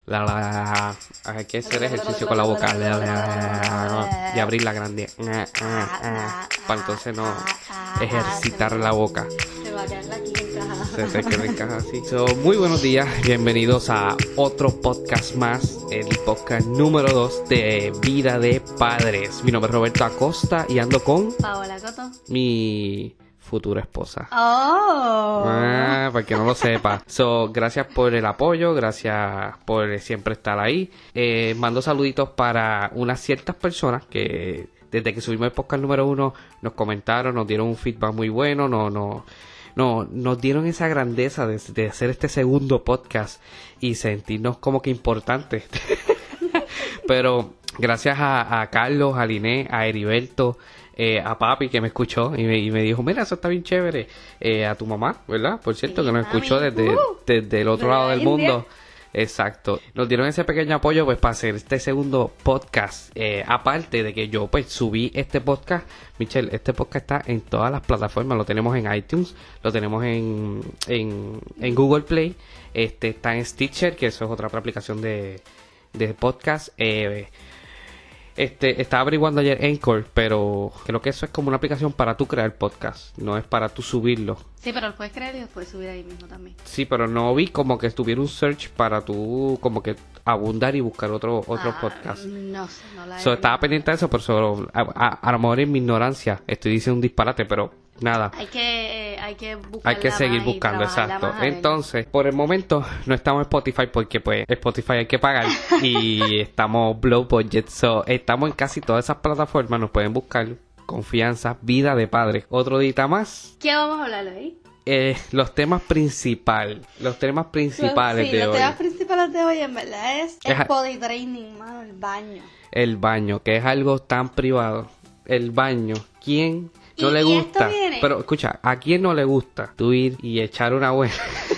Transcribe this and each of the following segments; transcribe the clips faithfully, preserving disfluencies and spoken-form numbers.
La, la, la, hay que hacer ejercicio con la boca. La, la, la, y abrir la grande. Para entonces no ejercitar la boca. Se va a quedar aquí encajada. Se te queda encajada así. So, muy buenos días. Bienvenidos a otro podcast más. El podcast número dos de Vida de Padres. Mi nombre es Roberto Acosta y ando con Paola Coto. mi futura esposa. Oh. Ah, para que no lo sepa. So, gracias por el apoyo, gracias por siempre estar ahí. Eh, mando saluditos para unas ciertas personas que desde que subimos el podcast número uno nos comentaron, nos dieron un feedback muy bueno, no, no, no, nos dieron esa grandeza de, de hacer este segundo podcast y sentirnos como que importantes. Pero gracias a, a Carlos, a Liné, a Heriberto, Eh, a papi que me escuchó y me, y me dijo, mira, eso está bien chévere, eh, a tu mamá, ¿verdad? Por cierto, Sí, que nos mami. escuchó desde, Uh, desde el otro de lado la del India. mundo. Exacto. Nos dieron ese pequeño apoyo pues para hacer este segundo podcast. Eh, aparte de que yo pues subí este podcast, Michelle, este podcast está en todas las plataformas. Lo tenemos en iTunes, lo tenemos en, en, en Google Play, este está en Stitcher, que eso es otra aplicación de, de podcast. Eh, Este, estaba averiguando ayer Anchor, pero creo que eso es como una aplicación para tú crear podcast, no es para tú subirlo. Sí, pero lo puedes crear y lo puedes subir ahí mismo también. Sí, pero no vi como que estuviera un search para tú como que abundar y buscar otro otro Ah, podcast. No sé, no la he So, estaba visto. pendiente de eso, pero solo, a, a, a lo mejor en mi ignorancia estoy diciendo un disparate, pero nada. Hay que, hay que buscar. Hay que seguir buscando, exacto. Entonces, por el momento no estamos en Spotify porque pues Spotify hay que pagar y estamos low budget. So, estamos en casi todas esas plataformas, nos pueden buscar. Confianza, Vida de Padres. Otro día más. ¿Qué vamos a hablar hoy? Eh, los temas principales, los temas principales sí, de los hoy. temas principales de hoy en verdad es el Es a- body training, mano, el baño. El baño, que es algo tan privado. El baño, ¿quién no Y- le y esto gusta? viene- Pero escucha, ¿a quién no le gusta tú ir y echar una buena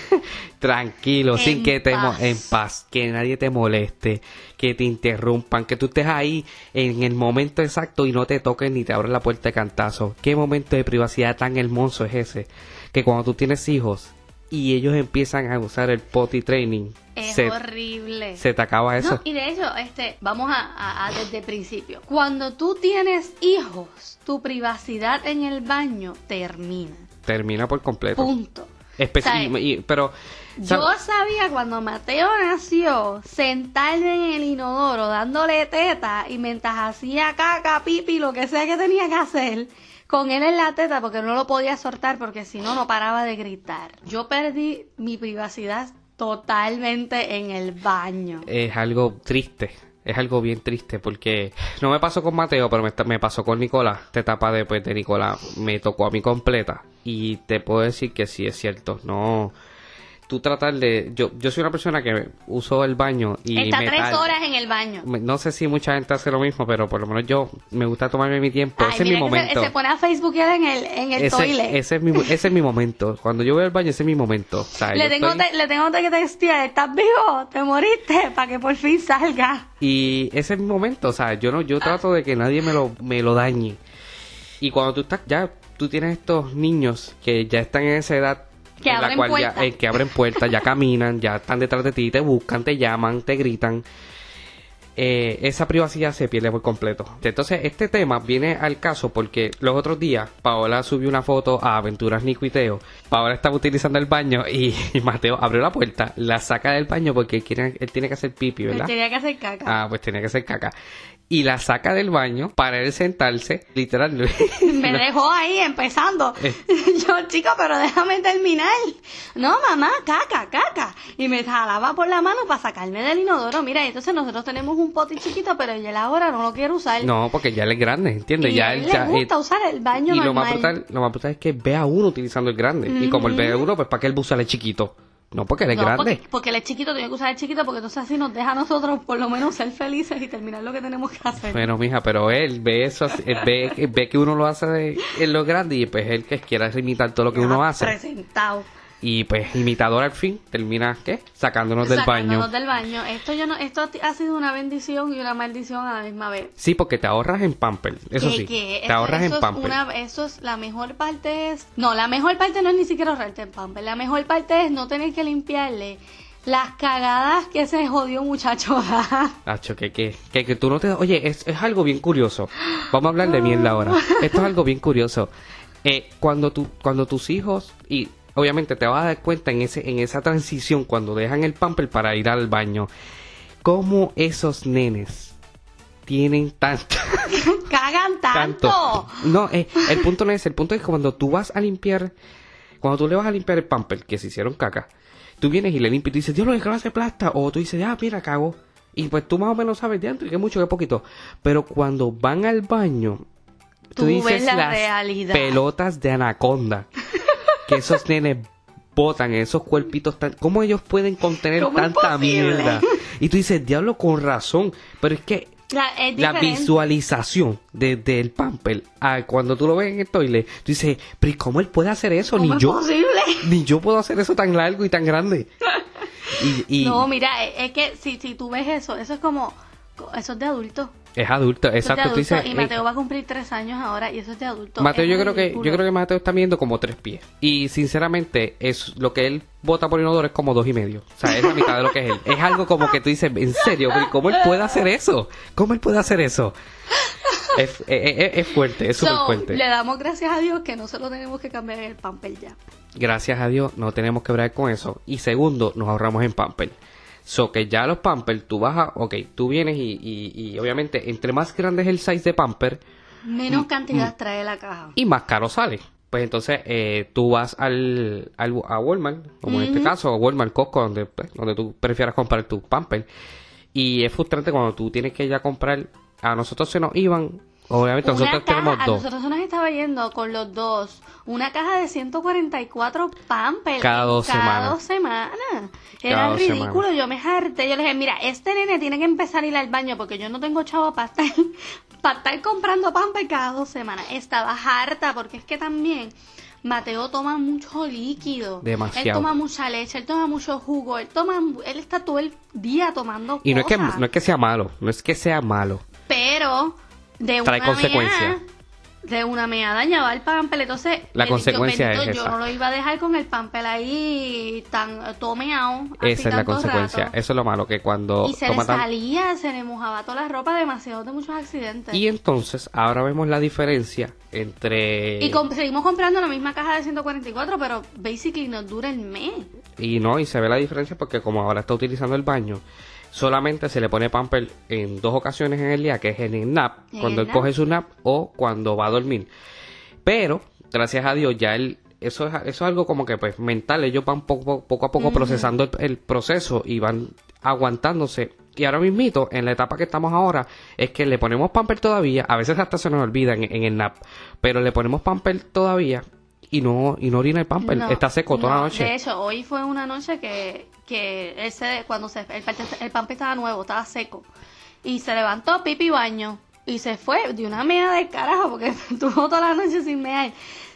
tranquilo, En sin que te mo- paz. en paz, que nadie te moleste, que te interrumpan, que tú estés ahí en el momento exacto y no te toquen ni te abran la puerta de cantazo? ¿Qué momento de privacidad tan hermoso es ese? Que cuando tú tienes hijos y ellos empiezan a usar el potty training, Es se, horrible. se te acaba eso. No, y de hecho, este, vamos a, a- a desde el principio. Cuando tú tienes hijos, tu privacidad en el baño termina. Termina por completo. Punto. Espe- O sea, y- y- pero Yo ¿sab- sabía cuando Mateo nació sentarme en el inodoro dándole teta y mientras hacía caca, pipi, lo que sea que tenía que hacer, con él en la teta porque no lo podía soltar porque si no, no paraba de gritar. Yo perdí mi privacidad totalmente en el baño. es algo triste, es algo bien triste porque no me pasó con Mateo, pero me, esta- me pasó con Nicolás. Esta etapa después de Nicolás me tocó a mí completa y te puedo decir que sí es cierto. No, tú tratar de, yo, yo soy una persona que uso el baño y Está me tres tardo. horas en el baño. Me- No sé si mucha gente hace lo mismo, pero por lo menos yo me gusta tomarme mi tiempo. Ay, ese es mi mira que se- momento. Se, pone a facebookear en el, en el toilet. ese, ese es mi, ese es mi momento. Cuando yo voy al baño, ese es mi momento. O sea, Le yo tengo, estoy- te- le tengo que testear, ¿estás vivo? ¿Te moriste? Para que por fin salga. Y ese es mi momento, o sea, yo no, yo trato de que nadie me lo, me lo dañe. Y cuando tú estás, ya, tú tienes estos niños que ya están en esa edad Que en la abren cual ya, puertas. eh, que abren puertas, ya caminan, ya están detrás de ti, te buscan, te llaman, te gritan. Eh, esa privacidad se pierde por completo. Entonces, este tema viene al caso porque los otros días Paola subió una foto a Aventuras Nico y Teo. Paola estaba utilizando el baño y, y Mateo abrió la puerta, la saca del baño porque él, quiere- él tiene que hacer pipi, ¿verdad? Tenía que hacer caca. Ah, pues tenía que hacer caca. Y la saca del baño para él sentarse, literal. Me dejó ahí empezando. Eh. Yo, chico, pero déjame terminar. No, mamá, caca, caca. Y me jalaba por la mano para sacarme del inodoro. Mira, y entonces nosotros tenemos un poti chiquito, pero él ahora no lo quiere usar. No, porque ya él es grande, ¿entiendes? Y ya a él él le ya, gusta eh, usar el baño y lo normal. más brutal, lo más brutal es que ve a uno utilizando el grande. Y como él ve a uno, pues para que él usa el chiquito. No, porque él es No, grande. porque, porque él es chiquito, tiene que usar el chiquito, porque entonces así nos deja a nosotros por lo menos ser felices y terminar lo que tenemos que hacer. Bueno, mija, pero él ve eso, así- él ve, ve que uno lo hace de- en lo grande y pues él que quiere imitar todo lo que uno hace. Presentado. Y pues imitador al fin termina, ¿qué? Sacándonos del Sacándonos baño. del baño. Esto yo no, esto ha sido una bendición y una maldición a la misma vez. Sí, porque te ahorras en pamper, eso Que- sí. que Te eso- ahorras eso en es pamper. una- eso es la mejor parte es no la mejor parte no es ni siquiera ahorrarte en pamper. La mejor parte es no tener que limpiarle Las cagadas que se jodió muchacho. Acho, que, que, que, que tú no te... Oye, es, es algo bien curioso. Vamos a hablar de mierda ahora. Esto es algo bien curioso. Eh, cuando, tú, cuando tus hijos... y obviamente te vas a dar cuenta en, ese, en esa transición cuando dejan el pamper para ir al baño. Cómo esos nenes tienen tanto... ¡Cagan tanto! tanto. No, eh, el punto no es... El punto es que cuando tú vas a limpiar... Cuando tú le vas a limpiar el pamper, que se hicieron caca, tú vienes y le limpias y tú dices, Dios, lo que clase plasta. O tú dices, ah, mira, cago. Y pues tú más o menos sabes de antes, que mucho, que poquito. Pero cuando van al baño, tú, tú dices ves la las realidad. Pelotas de anaconda. Que esos nenes botan esos cuerpitos tan... ¿Cómo ellos pueden contener tanta mierda? Y tú dices, diablo, con razón. Pero es que la, es la visualización de, del pamper, a cuando tú lo ves en el toilet, tú dices, pero ¿y cómo él puede hacer eso? ¿Cómo Ni es yo. posible? Ni yo puedo hacer eso tan largo y tan grande. Y, y no, mira, es que si, si tú ves eso, eso es como... Eso es de adulto. Es adulto, Eso exacto. es de adulto, Tú dices, y Mateo eh, va a cumplir tres años ahora y eso es de adulto. Mateo, es yo creo que ridículo. yo creo que Mateo está midiendo como tres pies. Y sinceramente, es lo que él bota por inodoro es como dos y medio. O sea, es la mitad de lo que es él. Es algo como que tú dices, en serio, ¿cómo él puede hacer eso? ¿Cómo él puede hacer eso? Es, es, es, es fuerte, es súper So, fuerte. le damos gracias a Dios que no se lo tenemos que cambiar el pamper ya. Gracias a Dios no tenemos que bregar con eso. Y segundo, nos ahorramos en pamper. So que ya los Pampers, tú vas a... Ok, tú vienes y, y, y obviamente entre más grande es el size de Pamper... Menos mm, cantidad mm, trae la caja. Y más caro sale. Pues entonces eh, tú vas al, al a Walmart, como en este Ujú. caso, o Walmart, Costco, donde, pues, donde tú prefieras comprar tus Pampers. Y es frustrante cuando tú tienes que ya comprar... A nosotros se nos iban... Obviamente Una nosotros caja, tenemos a dos. nosotros se nos estaba yendo con los dos una caja de ciento cuarenta y cuatro Pampers Cada dos cada semanas. dos semanas. Era Cada dos ridículo, semanas. yo me harté. Yo le dije, mira, este nene tiene que empezar a ir al baño porque yo no tengo chavo para estar, para estar comprando Pampers cada dos semanas. Estaba harta porque es que también Mateo toma mucho líquido. Demasiado. Él toma mucha leche, él toma mucho jugo, él toma, él está todo el día tomando Y no es, que, cosas. no es que sea malo, no es que sea malo. Pero de Trae una consecuencia. mea, de una mea dañaba el pamper, entonces La le- consecuencia yo, bendito, es yo esa. no lo iba a dejar con el pamper ahí tan tomeado. Esa es la consecuencia. Eso es lo malo, que cuando Y se le toma tan- salía, se le mojaba toda la ropa, demasiado de muchos accidentes. Y entonces, ahora vemos la diferencia entre... Y com- seguimos comprando la misma caja de ciento cuarenta y cuatro, pero basically nos dura el mes. Y no, y se ve la diferencia porque como ahora está utilizando el baño, solamente se le pone pamper en dos ocasiones en el día, que es en el nap, En cuando el él nap. coge su nap o cuando va a dormir. Pero, gracias a Dios, ya él... Eso es, eso es algo como que pues mental, ellos van poco, poco a poco Ujú. procesando el, el proceso y van aguantándose. Y ahora mismito, en la etapa que estamos ahora, es que le ponemos pamper todavía, a veces hasta se nos olvida en, en el nap, pero le ponemos pamper todavía y no y no orina el pamper, No, está seco toda no, la noche. De hecho, hoy fue una noche que, que él se, cuando se, el, pamper- el pamper estaba nuevo, estaba seco. Y se levantó, pipi baño. Y se fue de una mea del carajo, porque estuvo toda la noche sin mear.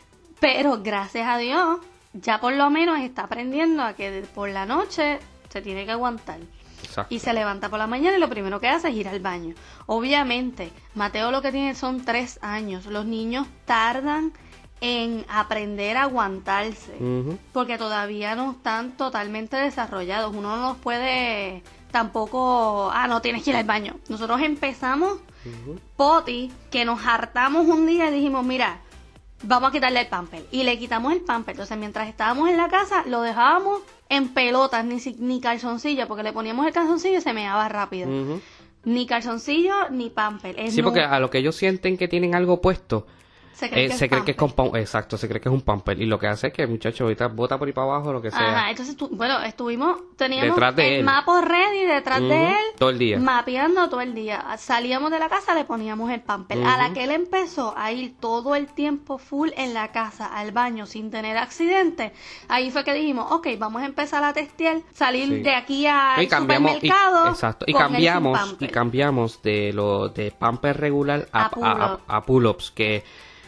Pero gracias a Dios, ya por lo menos está aprendiendo a que de- por la noche se tiene que aguantar. Exacto. Y se levanta por la mañana y lo primero que hace es ir al baño. Obviamente, Mateo lo que tiene son tres años. Los niños tardan en aprender a aguantarse. Ujú. Porque todavía no están totalmente desarrollados. Uno no los puede tampoco... Ah, no, tienes que ir al baño. Nosotros empezamos Ujú. poti, que nos hartamos un día y dijimos, mira, vamos a quitarle el pamper. Y le quitamos el pamper. Entonces, mientras estábamos en la casa, lo dejábamos en pelotas, ni, si- ni calzoncillo, porque le poníamos el calzoncillo y se meaba rápido. Ujú. Ni calzoncillo, ni pamper. Es Sí, porque nu- a lo que ellos sienten que tienen algo puesto, se cree eh, que es se cree que es pamper. con pam- exacto, se cree que es un pamper. Y lo que hace es que el muchacho ahorita bota por ahí para abajo, lo que sea. Ajá, entonces, tú, bueno, estuvimos, teníamos Detrás de el él. mapo ready detrás Ujú, de él. todo el día. Mapeando todo el día. Salíamos de la casa, le poníamos el pamper. A la Ujú. que él empezó a ir todo el tiempo full en la casa, al baño, sin tener accidentes, ahí fue que dijimos, ok, vamos a empezar a testear, salir Sí. de aquí al y cambiamos y, supermercado. exacto, y con él sin cambiamos y pamper. cambiamos de lo de pamper regular a, A pull-up. a, a- a pull-ups, que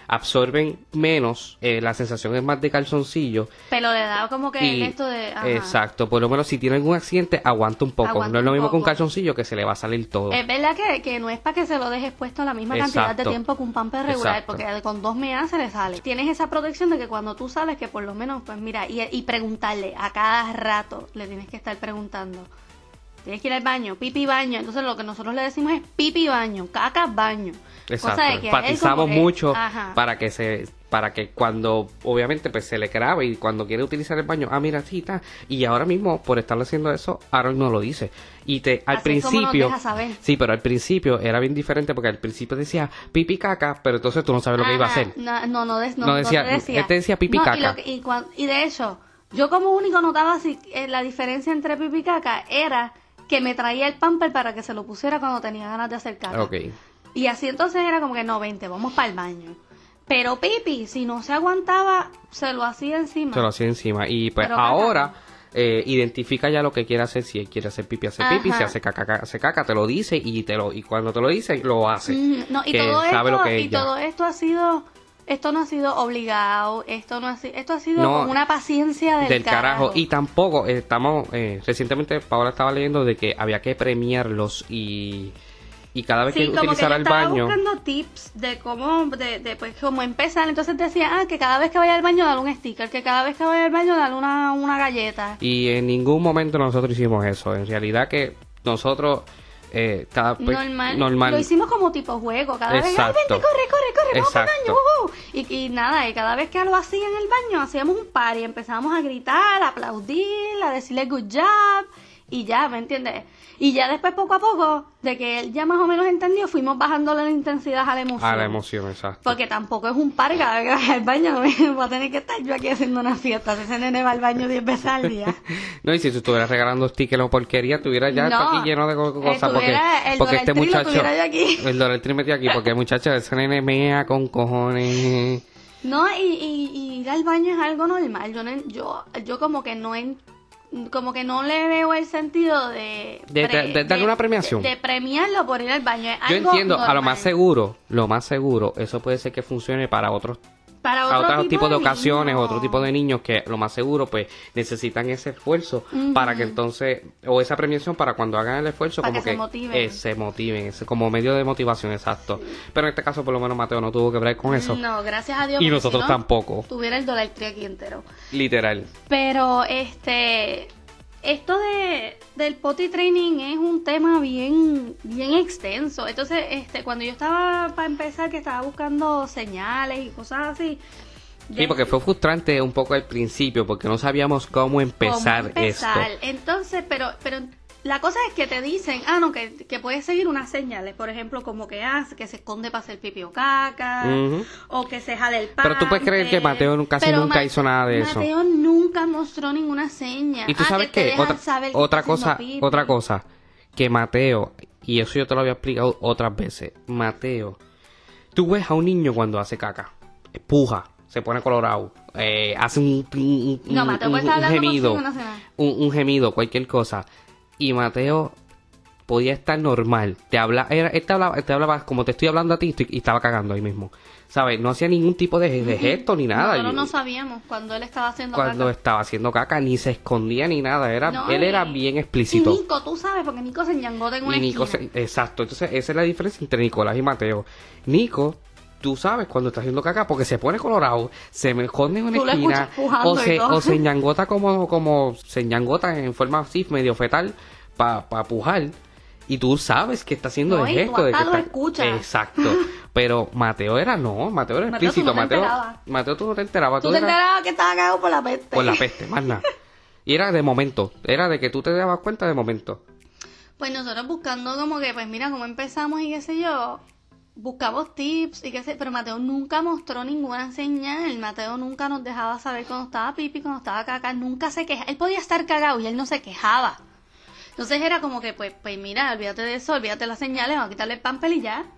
absorben menos, eh, la sensación es más de calzoncillo. Pero le da como que Y, esto de... ajá. exacto, por lo menos si tiene algún accidente, aguanta un poco. Aguanta no es lo un mismo que un poco. calzoncillo que se le va a salir todo. Es verdad que, que no es para que se lo dejes puesto la misma cantidad Exacto. de tiempo que un pamper regular, Exacto. porque con dos meas se le sale. Tienes esa protección de que cuando tú sales, que por lo menos, pues mira, y, y preguntarle a cada rato, le tienes que estar preguntando. Tienes que ir al baño, pipi baño. Entonces lo que nosotros le decimos es pipi baño, caca baño. Exacto, Cosa de que él enfatizamos como que- mucho ajá. para que se para que cuando obviamente pues se le grabe y cuando quiere utilizar el baño, ah mira, sí, está. Y ahora mismo por estar haciendo eso, Aaron no lo dice. Y te al Así es como nos principio deja saber. sí, pero al principio era bien diferente porque al principio decía pipi caca, pero entonces tú no sabes lo que iba a Ajá, hacer. No, no, no, des- no, No no decía- te decía. él te decía pipi No, caca. Y, lo que- y cuan- y de hecho, yo como único notaba si, eh, la diferencia entre pipi y caca era que me traía el pamper para que se lo pusiera cuando tenía ganas de hacer caca. Ok. Y así entonces era como que no, vente, vamos para el baño. Pero pipi, si no se aguantaba, se lo hacía encima. Se lo hacía encima. Y pues Pero caca. ahora eh, identifica ya lo que quiere hacer. Si él quiere hacer pipi, hace pipi. Ajá. Si hace caca, caca, hace caca, te lo dice y te lo y cuando te lo dice, lo hace. Ujú, no, y que todo sabe esto, lo que es y ya. todo esto ha sido, esto no ha sido obligado, esto no ha sido, esto ha sido No, con una paciencia del, del carajo. Y tampoco eh, estamos eh, recientemente Paola estaba leyendo de que había que premiarlos y y cada vez Sí, que como que yo utilizara el estaba baño buscando tips de cómo, de, de pues cómo empezar. Entonces decía, ah, que cada vez que vaya al baño dale un sticker, que cada vez que vaya al baño dale una, una galleta. y en ningún momento nosotros hicimos eso. En realidad que nosotros eh, cada pues, Normal. normal. Lo hicimos como tipo juego. Cada vez, ay, Exacto. vente, corre, corre, corre, vamos al Exacto. baño. Uh, uh. Y, y nada, y cada vez que lo hacía en el baño, hacíamos un party. Empezábamos a gritar, a aplaudir, a decirle good job. Y ya, ¿me entiendes? Y ya después, poco a poco, de que él ya más o menos entendió, fuimos bajándole la intensidad a la emoción. A la emoción, exacto. Porque tampoco es un par, cada vez que vaya al baño me voy a tener que estar yo aquí haciendo una fiesta. Ese nene va al baño diez veces al día. No, y si tú estuvieras regalando stickers o porquería, estuviera ya No, aquí lleno de co- cosas. Porque, estuviera- el porque este Donald Tree lo muchacho. tuviera yo aquí. El Donald Tree metido aquí, porque el muchacho, ese nene mea con cojones. No, y, y, y ir al baño es algo normal. Yo, no, yo, yo como que no en- como que no le veo el sentido de... De- de- de darle una premiación. De, de premiarlo por ir al baño. Es Yo algo entiendo, a lo normal. más seguro, lo más seguro, eso puede ser que funcione para otros Para a otro otros tipo tipos de de ocasiones, niños. otro tipo de niños que lo más seguro pues necesitan ese esfuerzo Ujú. para que entonces, o esa premiación para cuando hagan el esfuerzo Para como que que, se motiven. eh, se motiven, es como medio de motivación, exacto. Pero en este caso por lo menos Mateo no tuvo que ver con eso. No, gracias a Dios. Y porque nosotros si no, tampoco, Tuviera el Dollar Tree aquí entero. literal. Pero este esto de del potty training es un tema bien bien extenso. Entonces, este cuando yo estaba para empezar que estaba buscando señales y cosas así. Sí, porque fue frustrante un poco al principio porque no sabíamos cómo empezar, cómo empezar. esto. Entonces, pero pero la cosa es que te dicen, ah, no, que, que puedes seguir unas señales, por ejemplo, como que ah, que se esconde para hacer pipi o caca, Ujú. o que se jale el pan. Pero tú puedes creer que Mateo nu- casi nunca hizo nada de eso. Mateo nunca mostró ninguna seña. Y tú Ah, sabes que te qué, dejan otra, saber que otra está haciendo cosa, pipi. otra cosa, que Mateo, y eso yo te lo había explicado otras veces, Mateo, tú ves a un niño cuando hace caca, puja, se pone colorado, eh, hace un, un, un- No, Mateo un- puede estar un hablando gemido, consigo, no sé nada. un, un gemido, cualquier cosa, y Mateo podía estar normal, te habla, era, él te hablaba, él te hablaba como te estoy hablando a ti estoy- y estaba cagando ahí mismo, ¿sabes? No hacía ningún tipo de, de gesto ni nada. Nosotros y- no sabíamos cuando él estaba haciendo cuando caca. estaba haciendo caca ni se escondía ni nada, era No, él y- era bien Y explícito. Nico, tú sabes, porque Nico se enllangó en una Y Nico esquina. se- exacto, entonces esa es la diferencia entre Nicolás y Mateo. Nico, tú sabes cuando está haciendo caca porque se pone colorado, se me esconde en una Tú lo esquina escuchas pujando o y se, todo. o se ñangota como, como se ñangota en forma así medio fetal para pa pujar. Y tú sabes que está haciendo No, el y tú gesto de que hasta lo está... escuchas. Exacto. Pero Mateo era no, Mateo era Mateo, tú explícito. no te Mateo, enterabas. Mateo, tú no te enterabas. Tú te eras- enterabas que estaba cagado por la peste. por la peste, más nada. Y era de momento, era de que tú te dabas cuenta de momento. Pues nosotros buscando como que, pues mira, cómo empezamos y qué sé yo, buscamos tips y qué sé, pero Mateo nunca mostró ninguna señal. Mateo nunca nos dejaba saber cuando estaba pipi, cuando estaba caca, nunca se quejaba. Él podía estar cagado y él no se quejaba. Entonces era como que, pues, pues mira, olvídate de eso, olvídate de las señales, vamos a quitarle el pamper y ya.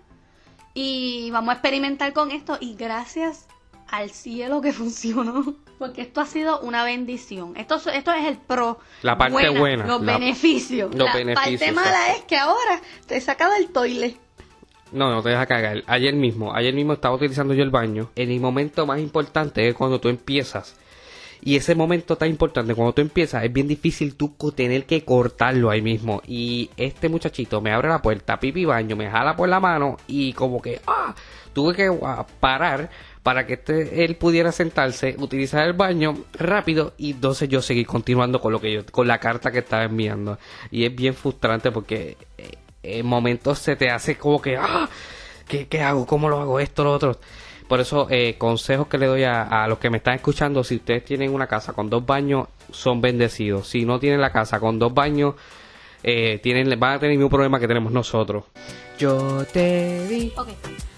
Y vamos a experimentar con esto. Y gracias al cielo que funcionó. Porque esto ha sido una bendición. Esto, esto es el pro. La parte buena, Los la- beneficios. los la beneficios, parte mala exacto. es que ahora te saca del toile. No, no te deja cagar. Ayer mismo, ayer mismo estaba utilizando yo el baño. En el momento más importante es cuando tú empiezas. Y ese momento tan importante, cuando tú empiezas, es bien difícil tú tener que cortarlo ahí mismo. Y este muchachito me abre la puerta, pipi baño, me jala por la mano y como que, ah, tuve que uh, parar para que este, él pudiera sentarse, utilizar el baño rápido y entonces yo seguir continuando con lo que yo, con la carta que estaba enviando. Y es bien frustrante porque eh, en momentos se te hace como que, ah, ¿qué, qué hago? ¿Cómo lo hago? Esto, lo otro. Por eso, eh, consejos que le doy a, a los que me están escuchando: si ustedes tienen una casa con dos baños, son bendecidos. Si no tienen la casa con dos baños, eh, tienen, van a tener el mismo problema que tenemos nosotros. Yo te di, Ok.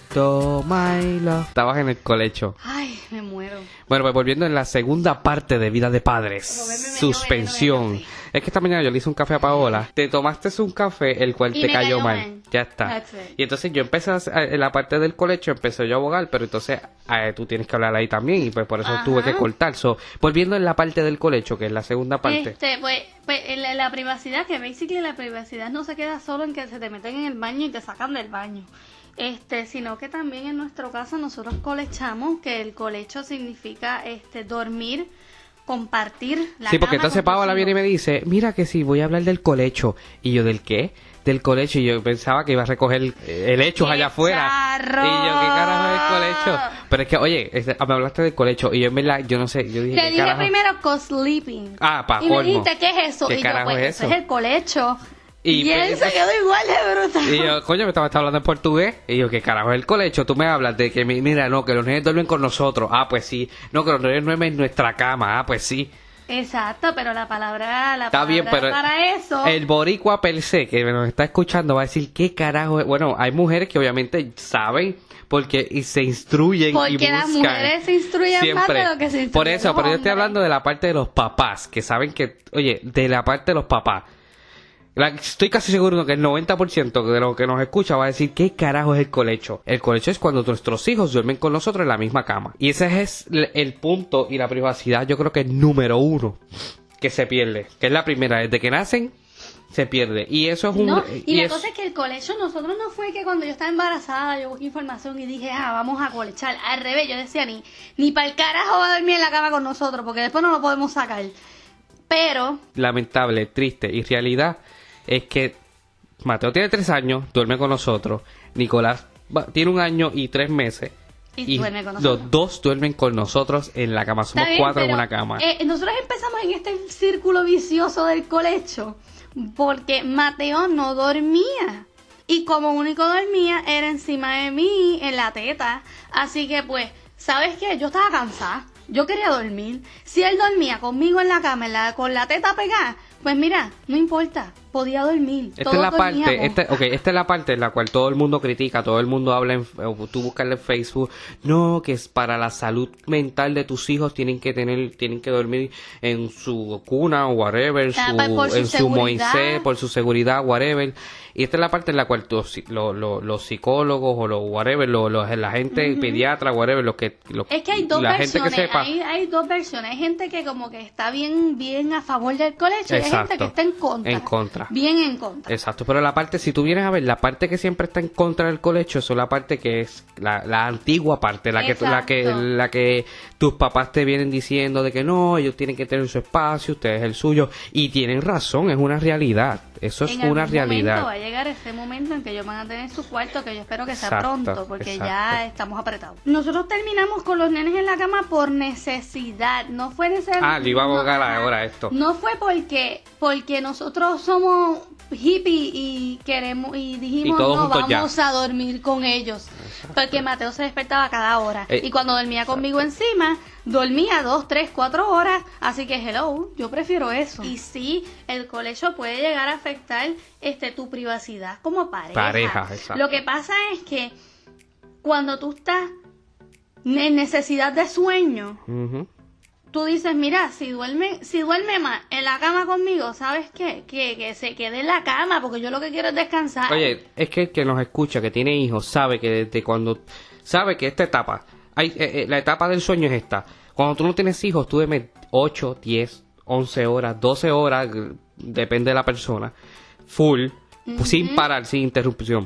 toma y love. Estabas en el colecho. Ay, me muero. Bueno, pues volviendo en la segunda parte de Vida de Padres, Roberto me suspensión. metió en Es que esta mañana yo le hice un café a Paola. Te tomaste un café el cual Y te me cayó cayó mal. mal. Ya está. That's it. Y entonces yo empecé a hacer- en la parte del colecho, empecé yo a abogar, pero entonces eh, tú tienes que hablar ahí también y pues por eso Ajá. tuve que cortar. So, volviendo en la parte del colecho, que es la segunda parte. Este, pues, pues en la, la privacidad, que basically la privacidad no se queda solo en que se te meten en el baño y te sacan del baño. Este, sino que también en nuestro caso nosotros colechamos, que el colecho significa este dormir, compartir la Sí, porque cama entonces con tus Paola viene y hijos. me dice, mira que sí, voy a hablar del colecho. Y yo, ¿del qué? Del colecho. Y yo pensaba que iba a recoger eh, helechos ¡Qué allá afuera. charro! Y yo, ¿qué carajo es el colecho? Pero es que, oye, este, me hablaste del colecho. Y yo en verdad, yo no sé, yo dije, Te ¿qué dije carajo? primero co-sleeping. Ah, pa' Y me colmo. dijiste, ¿qué es eso? ¿Qué y yo, carajo pues, es eso eso? es el colecho. Y Y, él pues- se quedó igual de brutal. Y yo, coño, me estaba, estaba hablando en portugués. Y yo, ¿qué carajo es el colecho? Tú me hablas de que, mi- mira, no, que los nenes duermen con nosotros. Ah, pues sí. No, que los nenes duermen en nuestra cama. Ah, pues sí. Exacto, pero la palabra, la Está palabra bien, pero para eso. el boricua per se que nos está escuchando va a decir, ¿qué carajo es? Bueno, hay mujeres que obviamente saben porque y se instruyen y Porque buscan. las mujeres se instruyen más de lo que se instruyen Por eso, los pero yo estoy hombres. hablando de la parte de los papás, que saben que, oye, de la parte de los papás. La- estoy casi seguro que el noventa por ciento de los que nos escucha va a decir, ¿qué carajo es el colecho? El colecho es cuando nuestros hijos duermen con nosotros en la misma cama. Y ese es el, el punto y la privacidad, yo creo que es número uno que se pierde. Que es la primera, desde que nacen, se pierde. Y eso es un... No, y, la es- cosa es que el colecho, nosotros no fue que cuando yo estaba embarazada yo busqué información y dije, ah, vamos a colechar. Al revés, yo decía, ni, ni para el carajo va a dormir en la cama con nosotros, porque después no lo podemos sacar. Pero, lamentable, triste y realidad es que Mateo tiene tres años, duerme con nosotros. Nicolás va- tiene un año y tres meses. Y duerme con nosotros. Los dos duermen con nosotros en la cama. Somos está bien, cuatro en pero, una cama. eh, nosotros empezamos en este círculo vicioso del colecho porque Mateo no dormía. Y como único dormía era encima de mí, en la teta. Así que pues, ¿sabes qué? Yo estaba cansada. Yo quería dormir. Si él dormía conmigo en la cama, en la- con la teta pegada, pues mira, no importa, podía dormir. Esta Todos es la parte, dormíamos. esta, okay, esta es la parte en la cual todo el mundo critica, todo el mundo habla, en, o tú buscas en Facebook, no, que es para la salud mental de tus hijos tienen que tener, tienen que dormir en su cuna o whatever, Ah, su- pa- por su en su seguridad. Moisés, por su seguridad, whatever. Y esta es la parte en la cual los, lo- lo- los psicólogos o los whatever, los, los- la gente pediatra, whatever, los que, los- Es que hay dos la gente versiones, que sepa. hay, hay dos versiones. Hay gente que como que está bien, bien a favor del colecho y hay gente Exacto. que está en contra. En contra. Bien en contra. Exacto, pero la parte, si tú vienes a ver, la parte que siempre está en contra del colecho, eso es la parte que es la, la antigua parte, la que, la que Exacto. la que tus papás te vienen diciendo de que no, ellos tienen que tener su espacio, ustedes el suyo, y tienen razón, es una realidad, eso es En una algún realidad. momento va a llegar ese momento en que ellos van a tener su cuarto, que yo espero que sea Exacto, pronto, porque exacto. ya estamos apretados. Nosotros terminamos con los nenes en la cama por necesidad, no fue necesidad. Ah, le iba a abogar no, ahora a esto. No fue porque porque nosotros somos hippies y queremos y dijimos Y todos no juntos ya. vamos a dormir con ellos, porque Mateo se despertaba cada hora Eh, y cuando dormía conmigo encima dormía dos, tres, cuatro horas, así que hello, yo prefiero eso. Y sí, el colecho puede llegar a afectar este tu privacidad como pareja. Pareja, exacto. Lo que pasa es que cuando tú estás en necesidad de sueño, Ujú. tú dices, mira, si duerme, si duerme más en la cama conmigo, ¿sabes qué? Que, que se quede en la cama, porque yo lo que quiero es descansar. Oye, es que el que nos escucha, que tiene hijos, sabe que desde cuando, sabe que esta etapa, hay, eh, eh, la etapa del sueño es esta. Cuando tú no tienes hijos, tú duermes ocho, diez, once horas, doce horas, g- depende de la persona, full, sin parar, sin interrupción.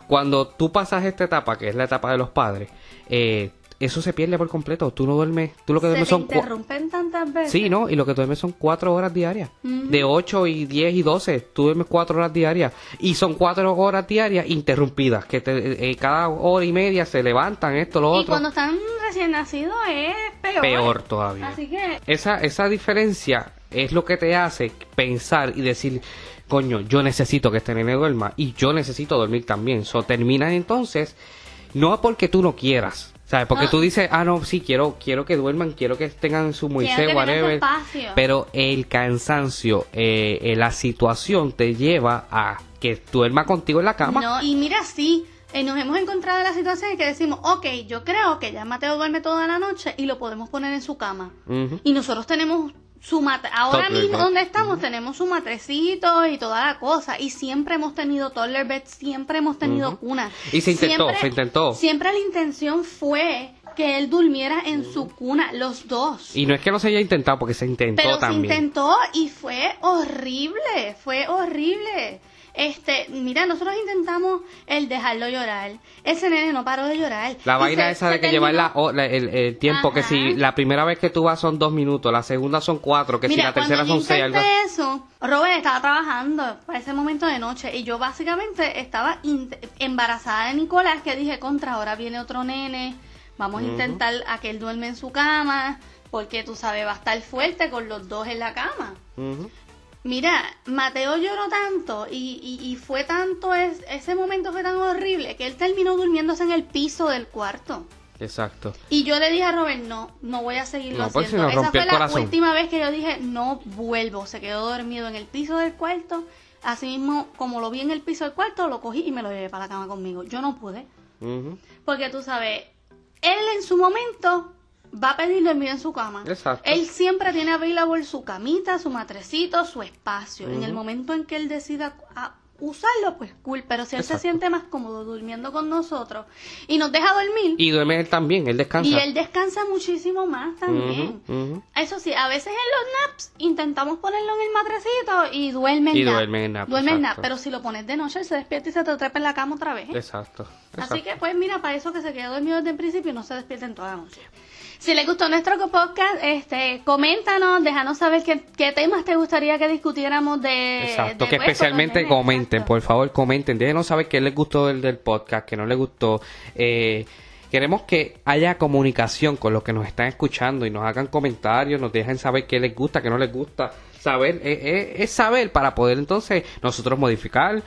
Cuando tú pasas esta etapa, que es la etapa de los padres, eh, eso se pierde por completo. Tú no duermes, tú lo que duermes son... Se te interrumpen tantas veces. Sí, ¿no? Y lo que tú duermes son cuatro horas diarias. Uh-huh. De ocho y diez y doce, tú duermes cuatro horas diarias. Y son cuatro horas diarias interrumpidas, que te, eh, cada hora y media se levantan esto, lo y otro. Y cuando están recién nacidos es peor. Peor todavía. Así que... Esa, esa diferencia es lo que te hace pensar y decir... Coño, yo necesito que este nene duerma y yo necesito dormir también. So, terminas entonces, no porque tú no quieras, ¿sabes? Porque no. tú dices, ah, no, sí, quiero quiero que duerman, quiero que tengan su Moisés, whatever. Pero el cansancio, eh, eh, la situación te lleva a que duerma contigo en la cama. No, y mira, sí, eh, nos hemos encontrado en la situación en que decimos, ok, yo creo que ya Mateo duerme toda la noche y lo podemos poner en su cama. Uh-huh. Y nosotros tenemos... Su matre, ahora toddler mismo bed. Donde estamos uh-huh. tenemos su matrecito y toda la cosa y siempre hemos tenido toddler bed, siempre hemos tenido uh-huh. cuna y se intentó, siempre, se intentó siempre la intención fue que él durmiera en uh-huh. su cuna, los dos, y no es que no se haya intentado porque se intentó pero también se intentó y fue horrible, fue horrible. Este, mira, nosotros intentamos el dejarlo llorar. Ese nene no paró de llorar. La y vaina se, esa de que terminó... llevar la, la, el, el tiempo, Ajá. que si la primera vez que tú vas son dos minutos, la segunda son cuatro, que mira, si la tercera son seis. Mira, cuando eso, Robert estaba trabajando para ese momento de noche y yo básicamente estaba embarazada de Nicolás, que dije, contra, ahora viene otro nene, vamos uh-huh. a intentar a que él duerme en su cama, porque tú sabes, va a estar fuerte con los dos en la cama. Uh-huh. Mira, Mateo lloró tanto y, y, y fue tanto, es, ese momento fue tan horrible que él terminó durmiéndose en el piso del cuarto. Exacto. Y yo le dije a Robert, no, no voy a seguirlo no, pues haciendo. Si Esa fue la corazón. última vez que yo dije, no vuelvo. Se quedó dormido en el piso del cuarto. Así mismo, como lo vi en el piso del cuarto, lo cogí y me lo llevé para la cama conmigo. Yo no pude. Uh-huh. Porque tú sabes, él en su momento... va a pedir dormir en su cama. Exacto. Él siempre tiene available su camita, su matrecito, su espacio. Uh-huh. En el momento en que él decida a usarlo, pues cool. Pero si él Exacto. se siente más cómodo durmiendo con nosotros y nos deja dormir. Y duerme él también, él descansa. Y él descansa muchísimo más también. Uh-huh, uh-huh. Eso sí, a veces en los naps intentamos ponerlo en el matrecito y duerme en y nap. duerme en nap. Duerme en nap, pero si lo pones de noche, él se despierta y se te trepa en la cama otra vez. ¿eh? Exacto. Exacto. Así que pues mira, para eso que se quedó dormido desde el principio, no se despierten toda la noche. Si les gustó nuestro podcast, este, coméntanos, déjanos saber qué, qué temas te gustaría que discutiéramos de... Exacto, de que hueso, especialmente nene, comenten, exacto. por favor, comenten, déjenos saber qué les gustó del, del podcast, qué no les gustó. Eh, queremos que haya comunicación con los que nos están escuchando y nos hagan comentarios, nos dejen saber qué les gusta, qué no les gusta. Saber, eh, eh, es saber para poder entonces nosotros modificar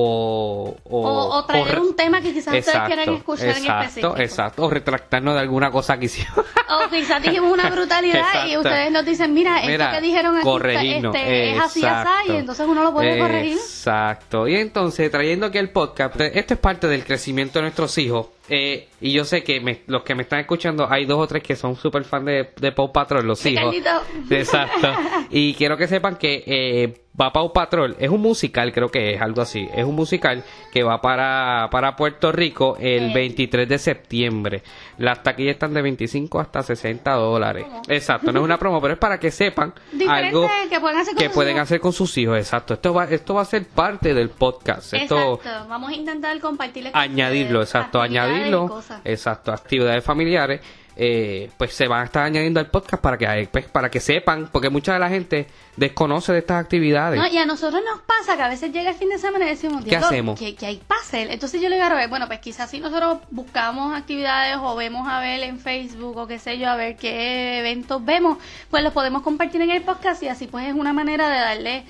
o... O, o, o traer o un tema que quizás exacto, ustedes quieran escuchar exacto, en específico. Exacto, o retractarnos de alguna cosa que hicimos. O quizás dijimos una brutalidad exacto. y ustedes nos dicen, mira, mira esto que dijeron aquí este, es así, así, y entonces uno lo puede corregir. Exacto. Y entonces, trayendo aquí el podcast, esto es parte del crecimiento de nuestros hijos. Eh, y yo sé que me, los que me están escuchando hay dos o tres que son súper fan de, de Paw Patrol, los hijos. Exacto. Y quiero que sepan que eh, va Paw Patrol, es un musical, creo que es algo así. Es un musical que va para, para Puerto Rico el eh. veintitrés de septiembre. Las taquillas están de veinticinco hasta sesenta dólares. ¿Cómo? Exacto, no es una promo, pero es para que sepan Diferente algo que pueden hacer con, que sus, pueden hacer con sus hijos. Exacto. Esto va, esto va a ser parte del podcast. Esto, exacto. Vamos a intentar compartirles. Añadirlo, exacto. Añadirlo. Exacto, actividades familiares, eh, pues se van a estar añadiendo al podcast para que pues, para que sepan, porque mucha de la gente desconoce de estas actividades. No, y a nosotros nos pasa que a veces llega el fin de semana y decimos, ¿qué hacemos? ¿Qué, qué hay para hacer? Entonces yo le digo a Robert, bueno, pues quizás si nosotros buscamos actividades o vemos a ver en Facebook o qué sé yo, a ver qué eventos vemos, pues los podemos compartir en el podcast y así pues es una manera de darle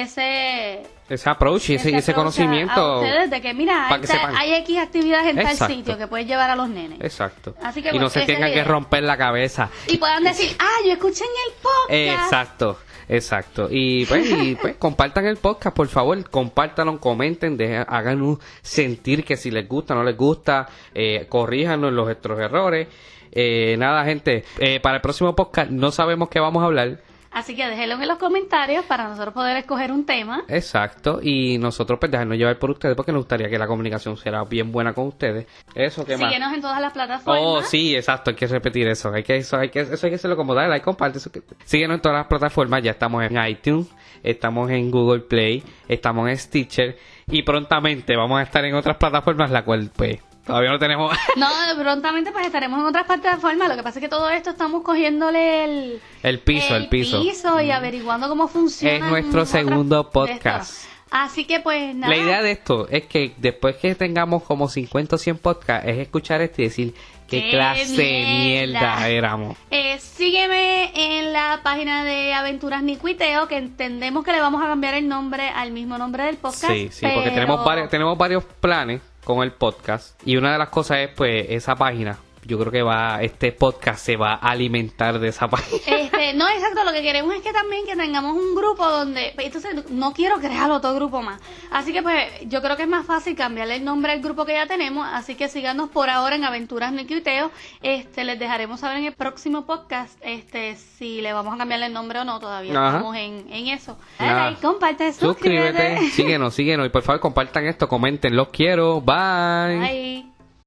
ese... ese approach y ese, ese, ese conocimiento a ustedes de que mira hay, que hay X actividades en exacto. tal sitio que puedes llevar a los nenes. Exacto. Así que, y bueno, no se tengan que romper la cabeza y puedan decir, ah, yo escuché en el podcast. Exacto, exacto. Y pues, y, pues compartan el podcast, por favor, compártanlo, comenten, dejen, háganos sentir que si les gusta, no les gusta, eh, corríjanos en nuestros errores. Eh, nada, gente, eh, para el próximo podcast no sabemos qué vamos a hablar. Así que déjenlo en los comentarios para nosotros poder escoger un tema. Exacto, y nosotros pues dejarnos llevar por ustedes porque nos gustaría que la comunicación sea bien buena con ustedes. Eso, ¿qué más? Síguenos en todas las plataformas. Oh, sí, exacto, hay que repetir eso. Hay que eso hay que eso hay que hacerlo como dale, like, comparte. Eso que... Síguenos en todas las plataformas, ya estamos en iTunes, estamos en Google Play, estamos en Stitcher Y prontamente vamos a estar en otras plataformas, la cual pues todavía no tenemos. No, prontamente pues estaremos en otras plataformas. Lo que pasa es que todo esto estamos cogiéndole el, el piso, el, el piso. piso y averiguando cómo funciona. Es nuestro segundo podcast. Así que pues nada. La idea de esto es que después que tengamos como cincuenta o cien podcasts, es escuchar este y decir qué, ¿Qué clase de mierda, mierda éramos. Eh, sígueme en la página de Aventuras Nicuiteo, que entendemos que le vamos a cambiar el nombre al mismo nombre del podcast. Sí, sí, pero... porque tenemos varios, tenemos varios planes con el podcast y una de las cosas es pues esa página. Yo creo que va este podcast se va a alimentar de esa página. Este, no, exacto, lo que queremos es que también que tengamos un grupo donde, entonces no quiero crear otro grupo más. Así que pues yo creo que es más fácil cambiarle el nombre al grupo que ya tenemos, así que síganos por ahora en Aventuras Nicuiteo. Este, les dejaremos saber en el próximo podcast este si le vamos a cambiarle el nombre o no, todavía Ajá. estamos en, en eso. Dale, comparte, suscríbete. Suscríbete, síguenos, síguenos y por favor compartan esto, comenten, los quiero, bye. Bye.